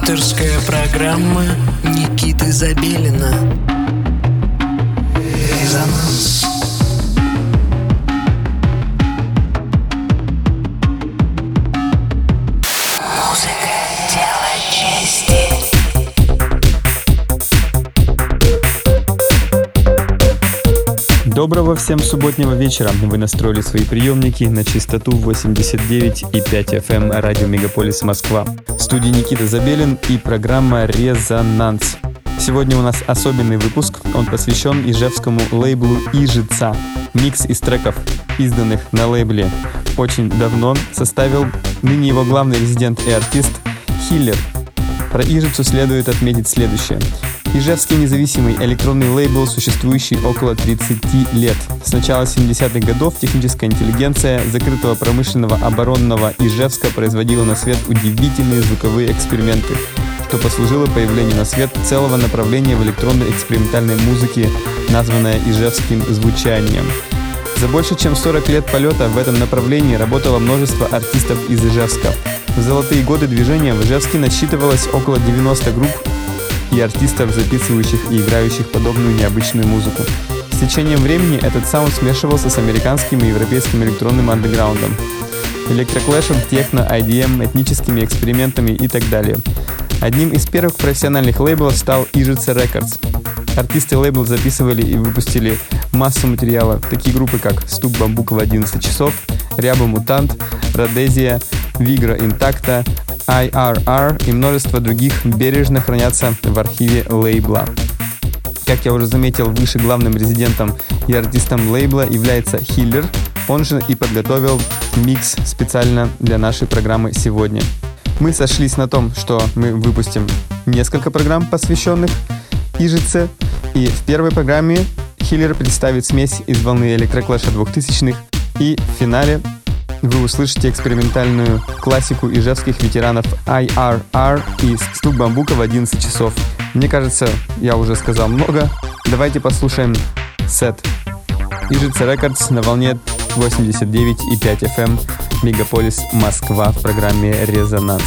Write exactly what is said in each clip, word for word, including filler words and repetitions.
Авторская программа Никиты Забелина. Резонанс. Музыка — дело чести. Доброго всем субботнего вечера. Вы настроили свои приемники на частоту восемьдесят девять и пять эф эм радио Мегаполис Москва. В студии Никита Забелин и программа «Резонанс». Сегодня у нас особенный выпуск. Он посвящен ижевскому лейблу «Ижица». Микс из треков, изданных на лейбле очень давно, составил ныне его главный резидент и артист Хиллер. Про Ижицу следует отметить следующее. Ижевский независимый электронный лейбл, существующий около тридцати лет. С начала семидесятых годов техническая интеллигенция закрытого промышленного оборонного Ижевска производила на свет удивительные звуковые эксперименты, что послужило появлению на свет целого направления в электронной экспериментальной музыке, названное ижевским звучанием. За больше чем сорок лет полета в этом направлении работало множество артистов из Ижевска. В золотые годы движения в Ижевске насчитывалось около девяноста групп и артистов, записывающих и играющих подобную необычную музыку. С течением времени этот саунд смешивался с американским и европейским электронным андеграундом, электроклэшем, техно, ай ди эм, этническими экспериментами и так далее. Одним из первых профессиональных лейблов стал Ижица Records. Артисты лейбла записывали и выпустили массу материала, такие группы как Стук Бамбука в одиннадцать часов, Ряба Мутант, Родезия, Вигра Интакта, ай ар ар и множество других бережно хранятся в архиве лейбла. Как я уже заметил выше, главным резидентом и артистом лейбла является Хиллер. Он же и подготовил микс специально для нашей программы сегодня. Мы сошлись на том, что мы выпустим несколько программ, посвященных Ижице. И в первой программе Хиллер представит смесь из волны электроклэша двухтысячных. И в финале вы услышите экспериментальную классику ижевских ветеранов ай ар ар и Стук Бамбука в одиннадцать часов. Мне кажется, я уже сказал много. Давайте послушаем сет. Ижица Records на волне восемьдесят девять и пять эф эм Мегаполис Москва в программе «Резонанс».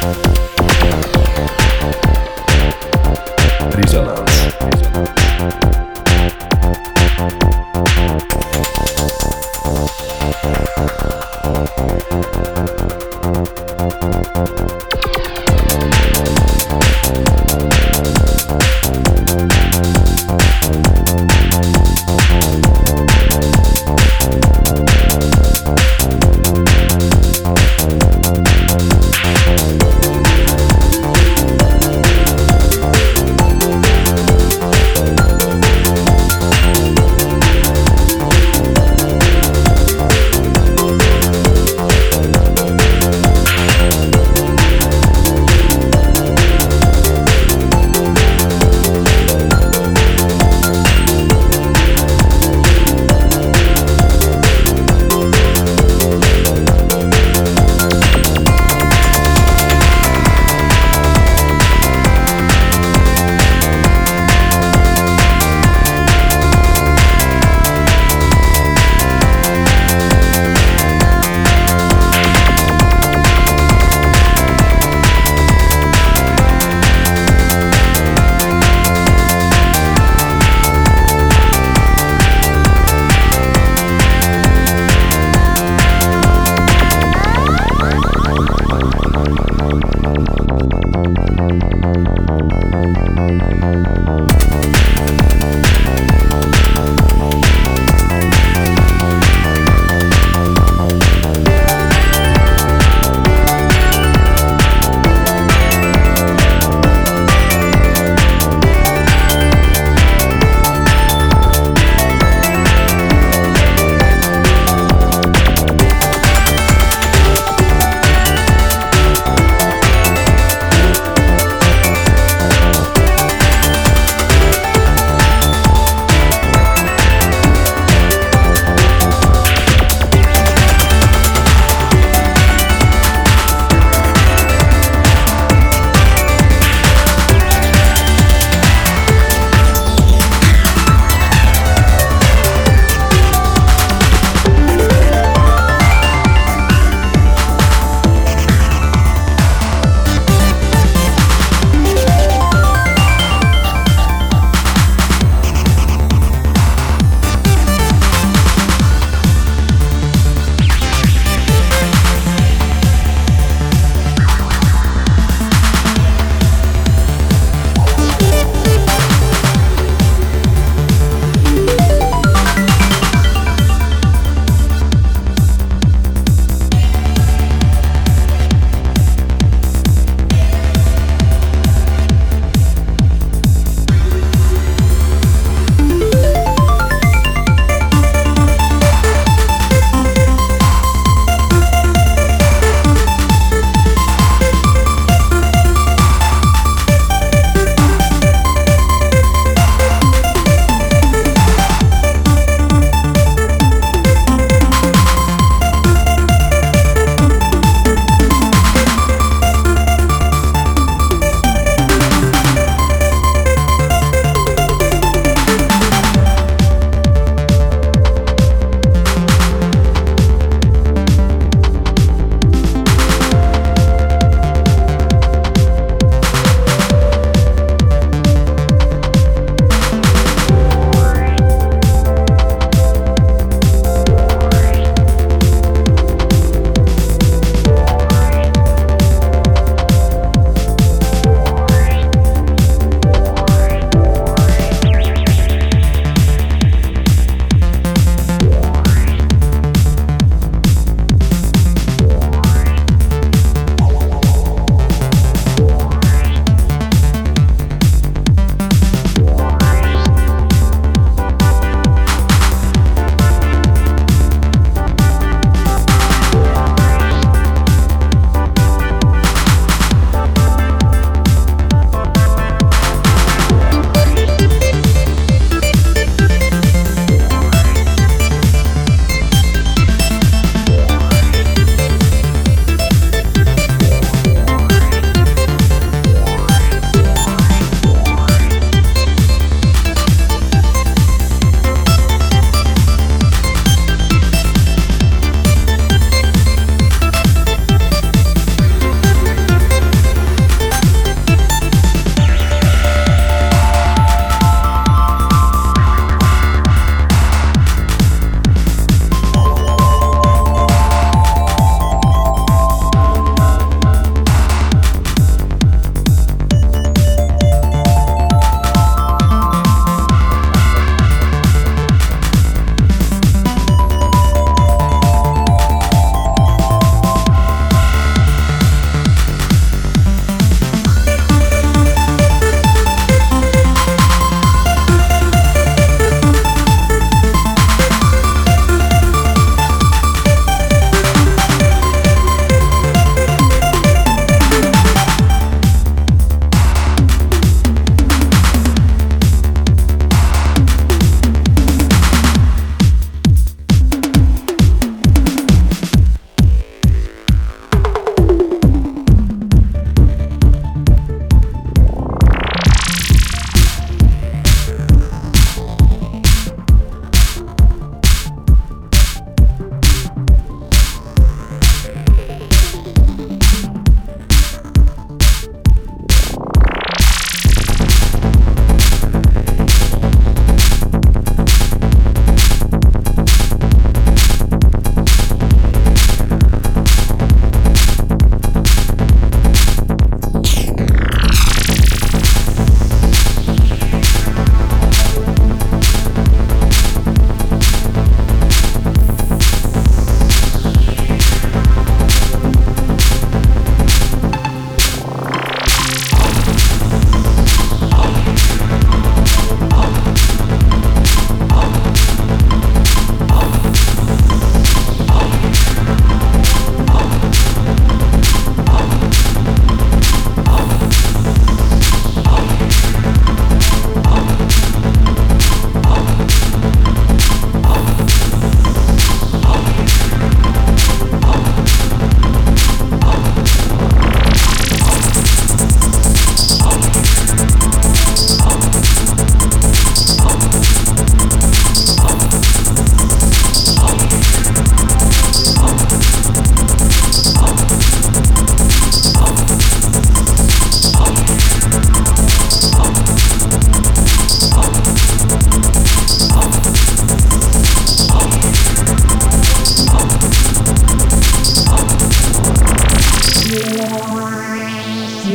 Резонанс.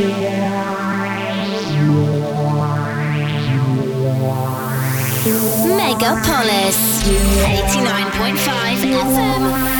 Megapolis eighty-nine point five F M.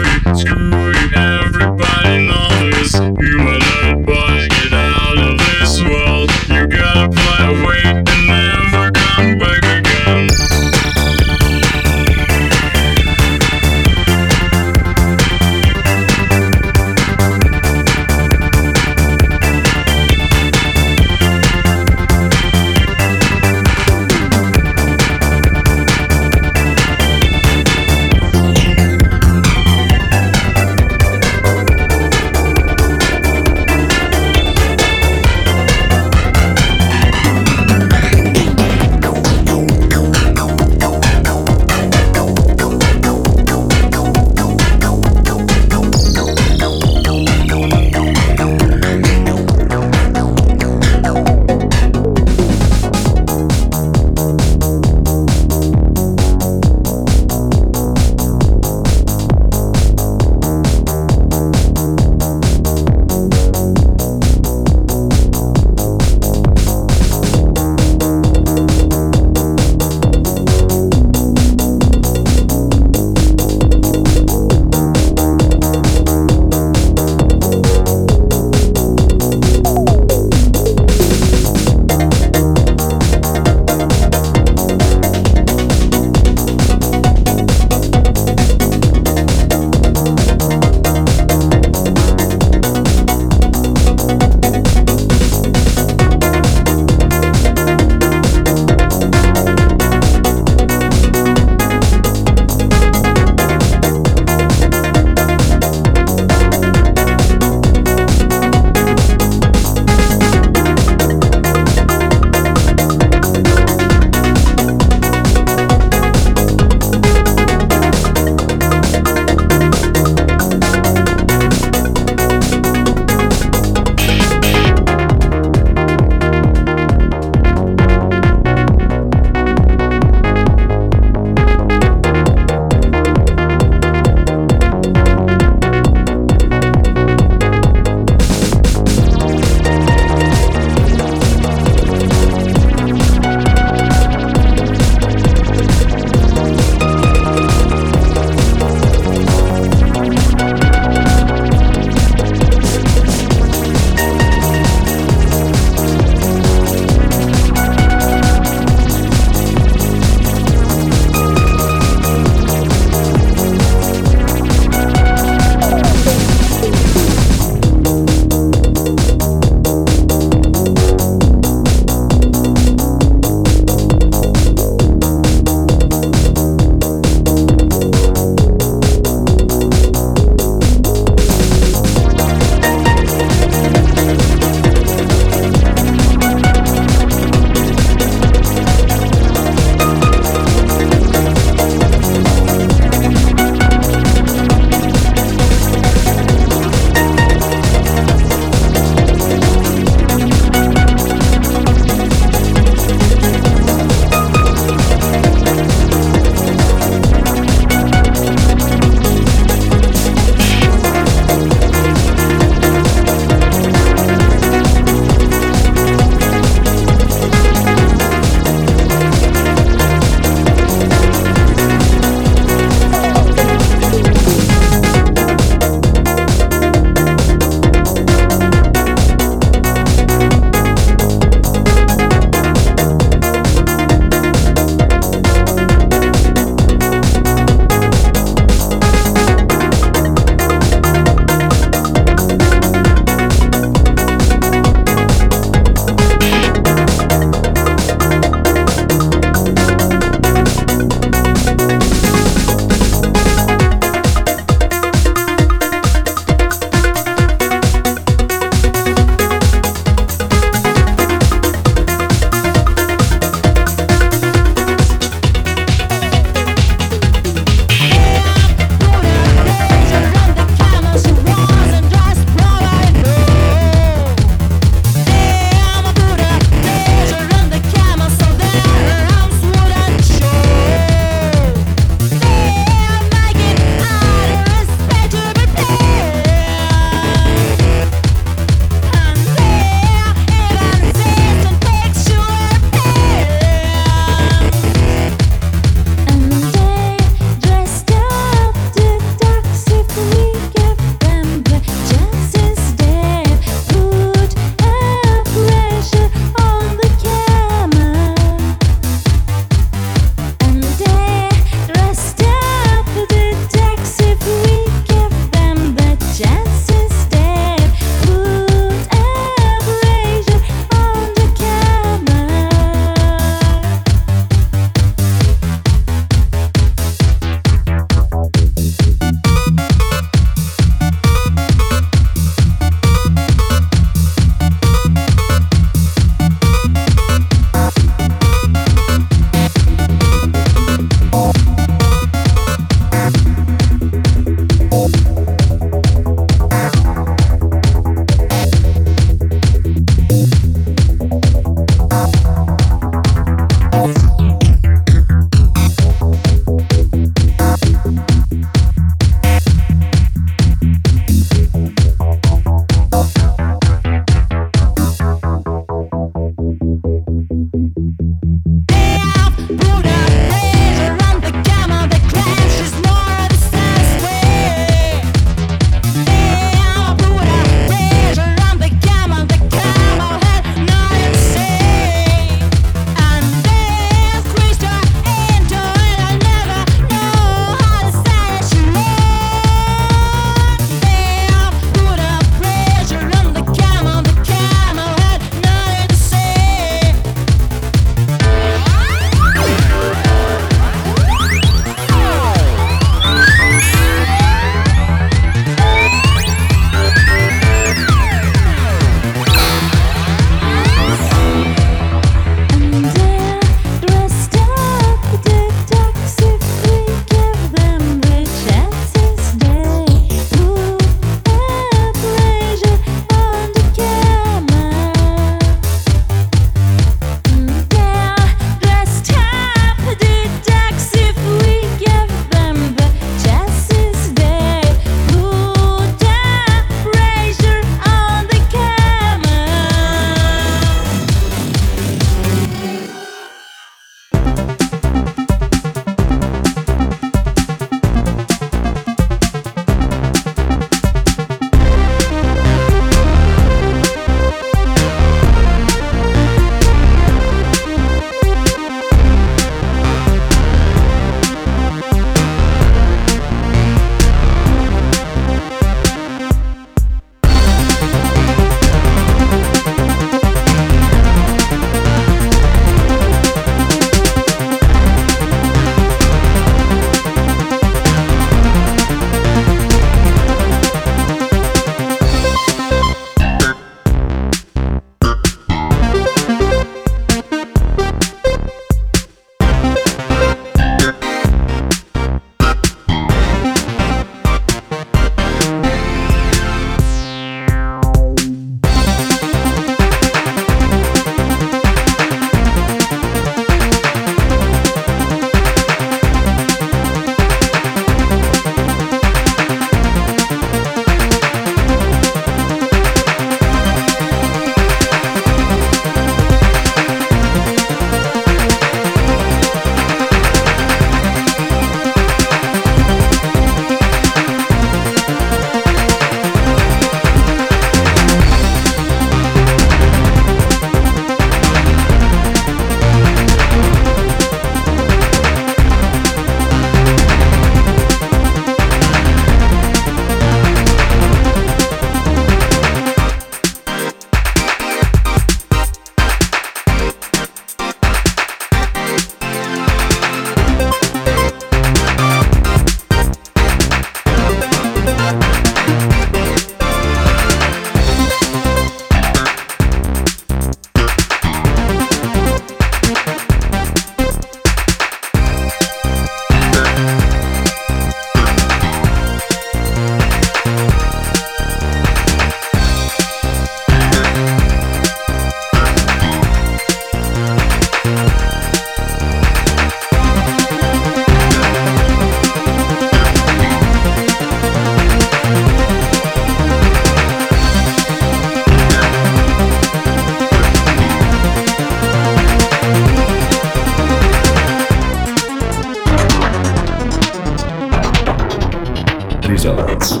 Resonance.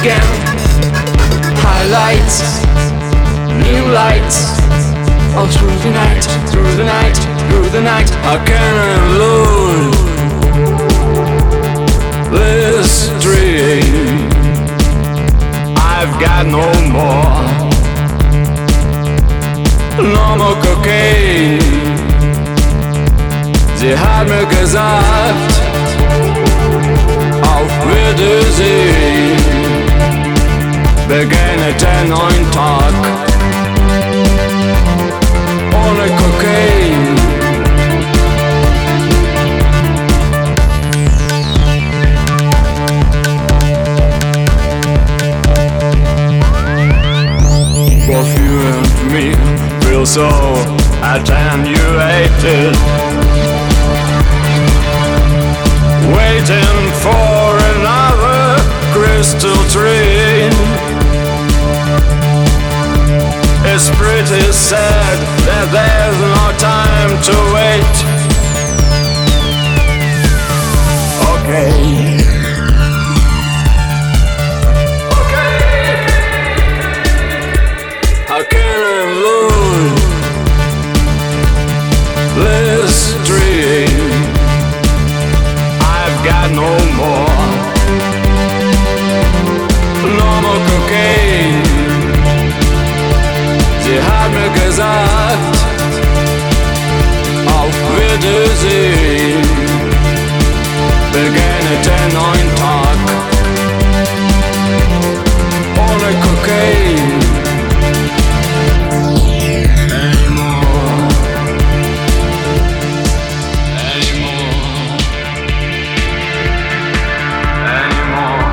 again. Highlights, new lights, all through the night, through the night, through the night. How can I lose this dream? I've got no more, no more cocaine. Sie hat mir gesagt, auf Wiedersehen, beginne den neuen Tag ohne Kokain. Both you and me feel so attenuated, waiting for another crystal train. It's pretty sad that there's no time to wait. Okay. Okay. How can I lose this dream? I've got no more, no more cocaine. Sie hat mir gesagt, auf Wiedersehen, beginne den neuen Tag ohne Kokain. Anymore, anymore, anymore.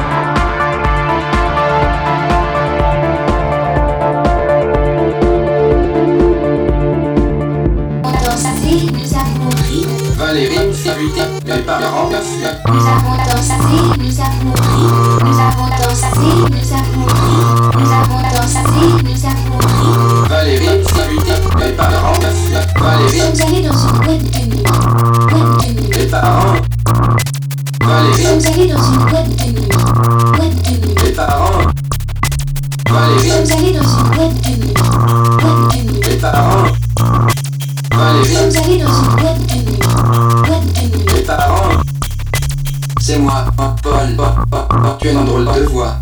Nous avons ri, Valérie, Saluté, mes parents, nous avons dansé, nous avons ri, nous avons dansé, nous avons ri, nous avons dansé, nous avons ri. Valérie, Saluté, mes parents, Nous Valérie, sommes allés dans une boîte de nuit, boîte de nuit. mes parents, Nous Valérie, sommes allés dans une boîte de nuit, boîte de nuit. mes parents, Nous Valérie, sommes allés dans une boîte de nuit, boîte de nuit. mes parents, Nous Valérie, sommes allés dans une boîte de nuit, boîte de nuit. mes parents. C'est moi, Paul, Paul, Paul, Paul, tu es un drôle de voix.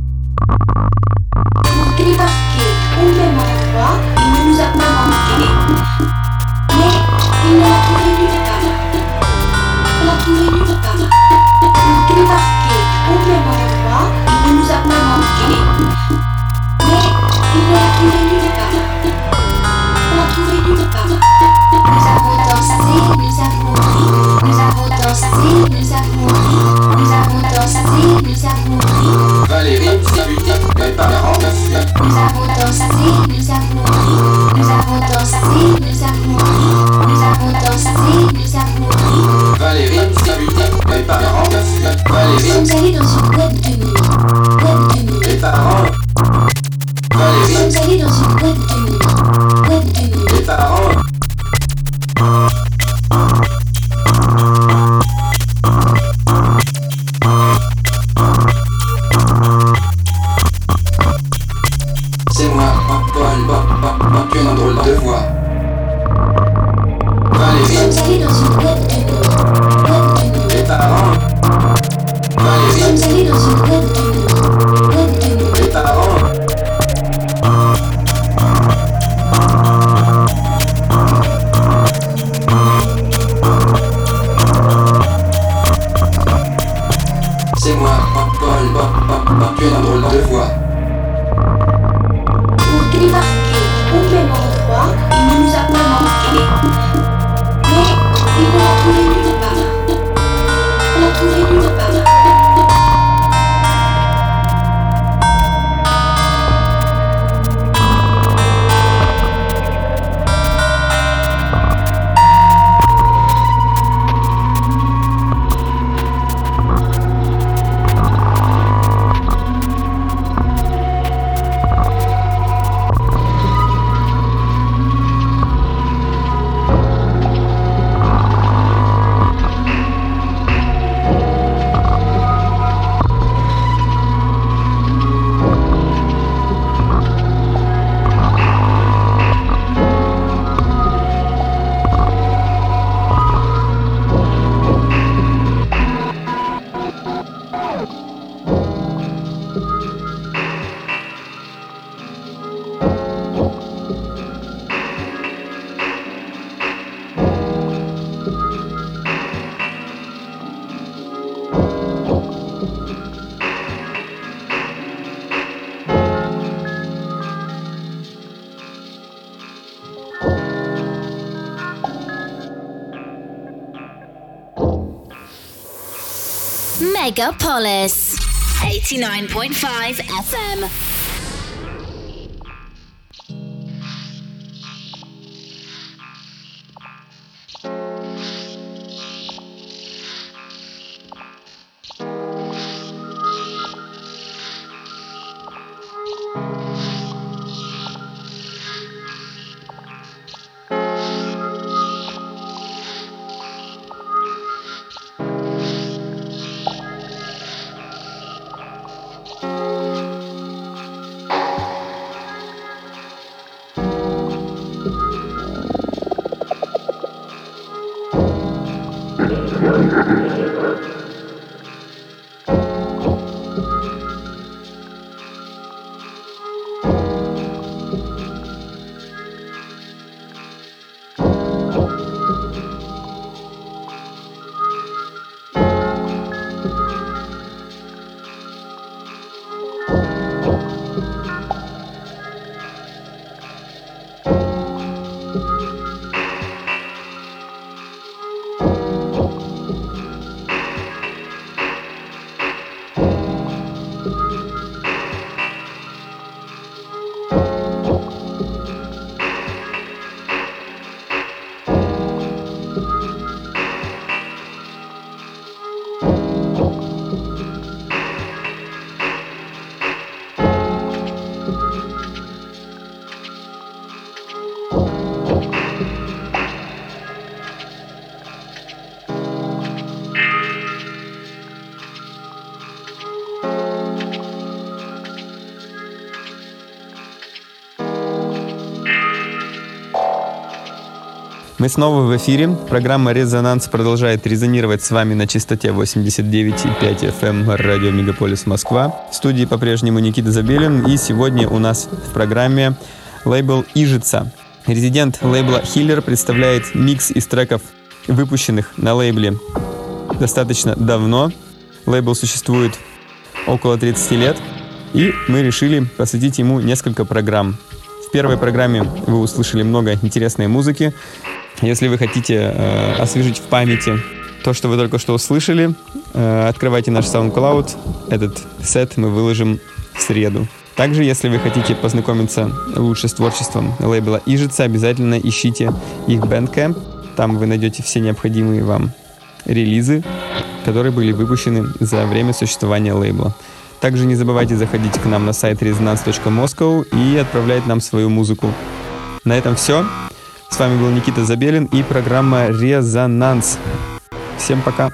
Pour débarquer au même endroit, il ne nous a pas manqué. Mais il ne l'a trouvé nulle part. Il l'a trouvé nulle part. Pour débarquer au même endroit, il ne nous a pas manqué. Mais il ne l'a trouvé nulle part. Il l'a trouvé nulle part. Nous avons dansé, nous avons ri. Nous avons dansé, nous avons ri. Nous avons dansé, nous avons ri. Valérie, Saluté, mes parents, Nous avons dansé, nous avons ri. Nous avons dansé, nous avons ri. Nous avons dansé, nous avons ri. Valérie, Saluté, mes parents, Nous Valérie, sommes allés dans une boîte de nuit, boîte de nuit. mes parents, Nous Valérie, sommes allés dans une boîte de nuit, boîte de nuit. mes parents. C'est moi, Paul, Paul, Paul, Paul, tu es un drôle de voix. Nous Valérie, sommes allés dans une boîte de nuit, boîte de nuit. mes parents, Nous Valérie, sommes allés dans une boîte Megapolis eighty-nine point five F M. Мы снова в эфире. Программа «Резонанс» продолжает резонировать с вами на частоте восемьдесят девять и пять эф эм радио Мегаполис Москва. В студии по-прежнему Никита Забелин, и сегодня у нас в программе лейбл «Ижица». Резидент лейбла «Хиллер» представляет микс из треков, выпущенных на лейбле достаточно давно. Лейбл существует около тридцати лет, и мы решили посвятить ему несколько программ. В первой программе вы услышали много интересной музыки. Если вы хотите э, освежить в памяти то, что вы только что услышали, э, открывайте наш SoundCloud. Этот сет мы выложим в среду. Также, если вы хотите познакомиться лучше с творчеством лейбла «Ижица», обязательно ищите их Bandcamp. Там вы найдете все необходимые вам релизы, которые были выпущены за время существования лейбла. Также не забывайте заходить к нам на сайт резонанс точка москоу и отправлять нам свою музыку. На этом все. С вами был Никита Забелин и программа «Резонанс». Всем пока!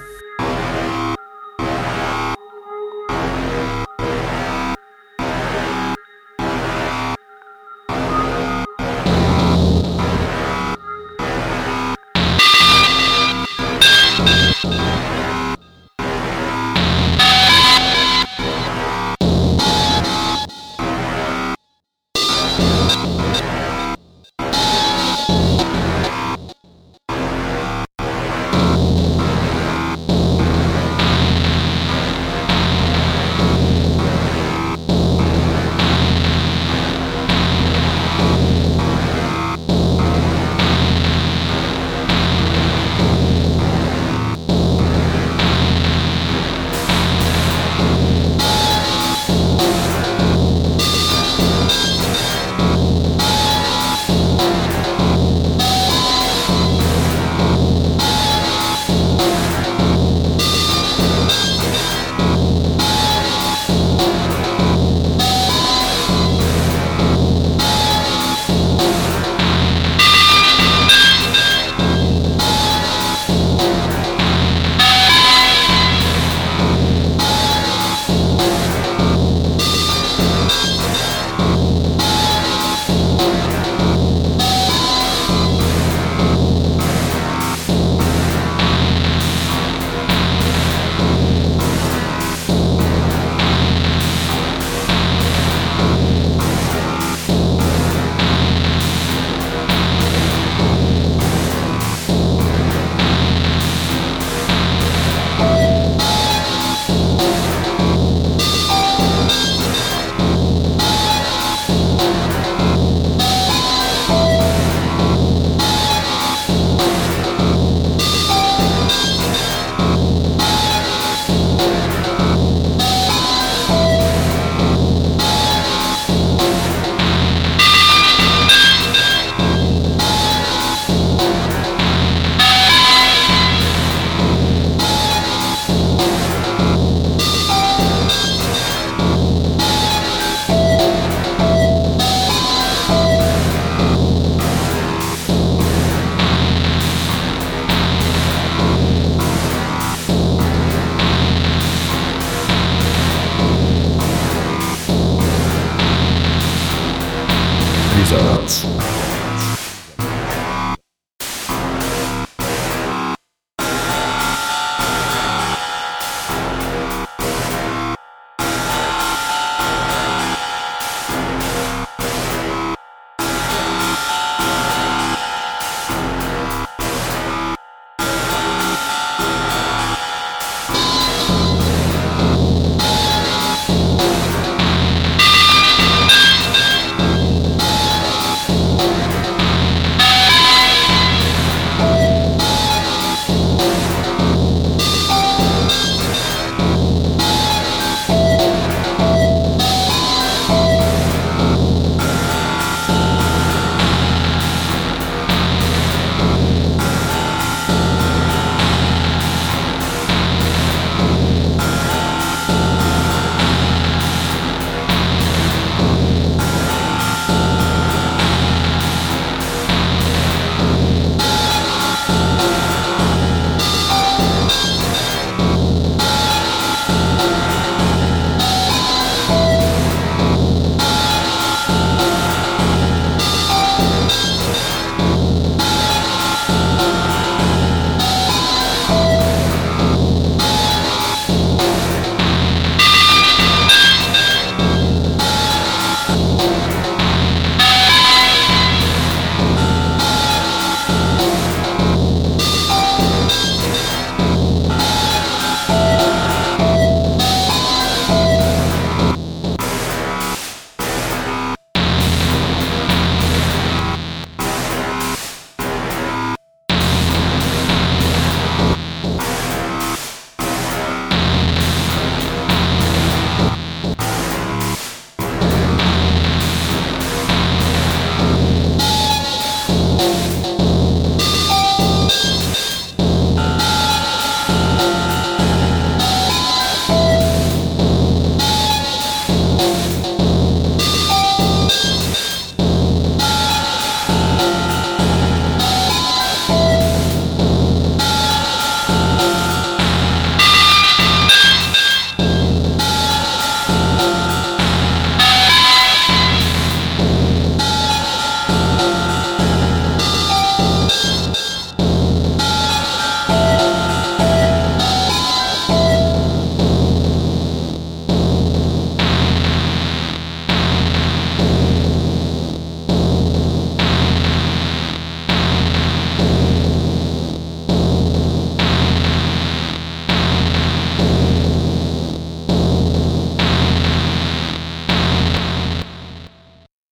Resonance.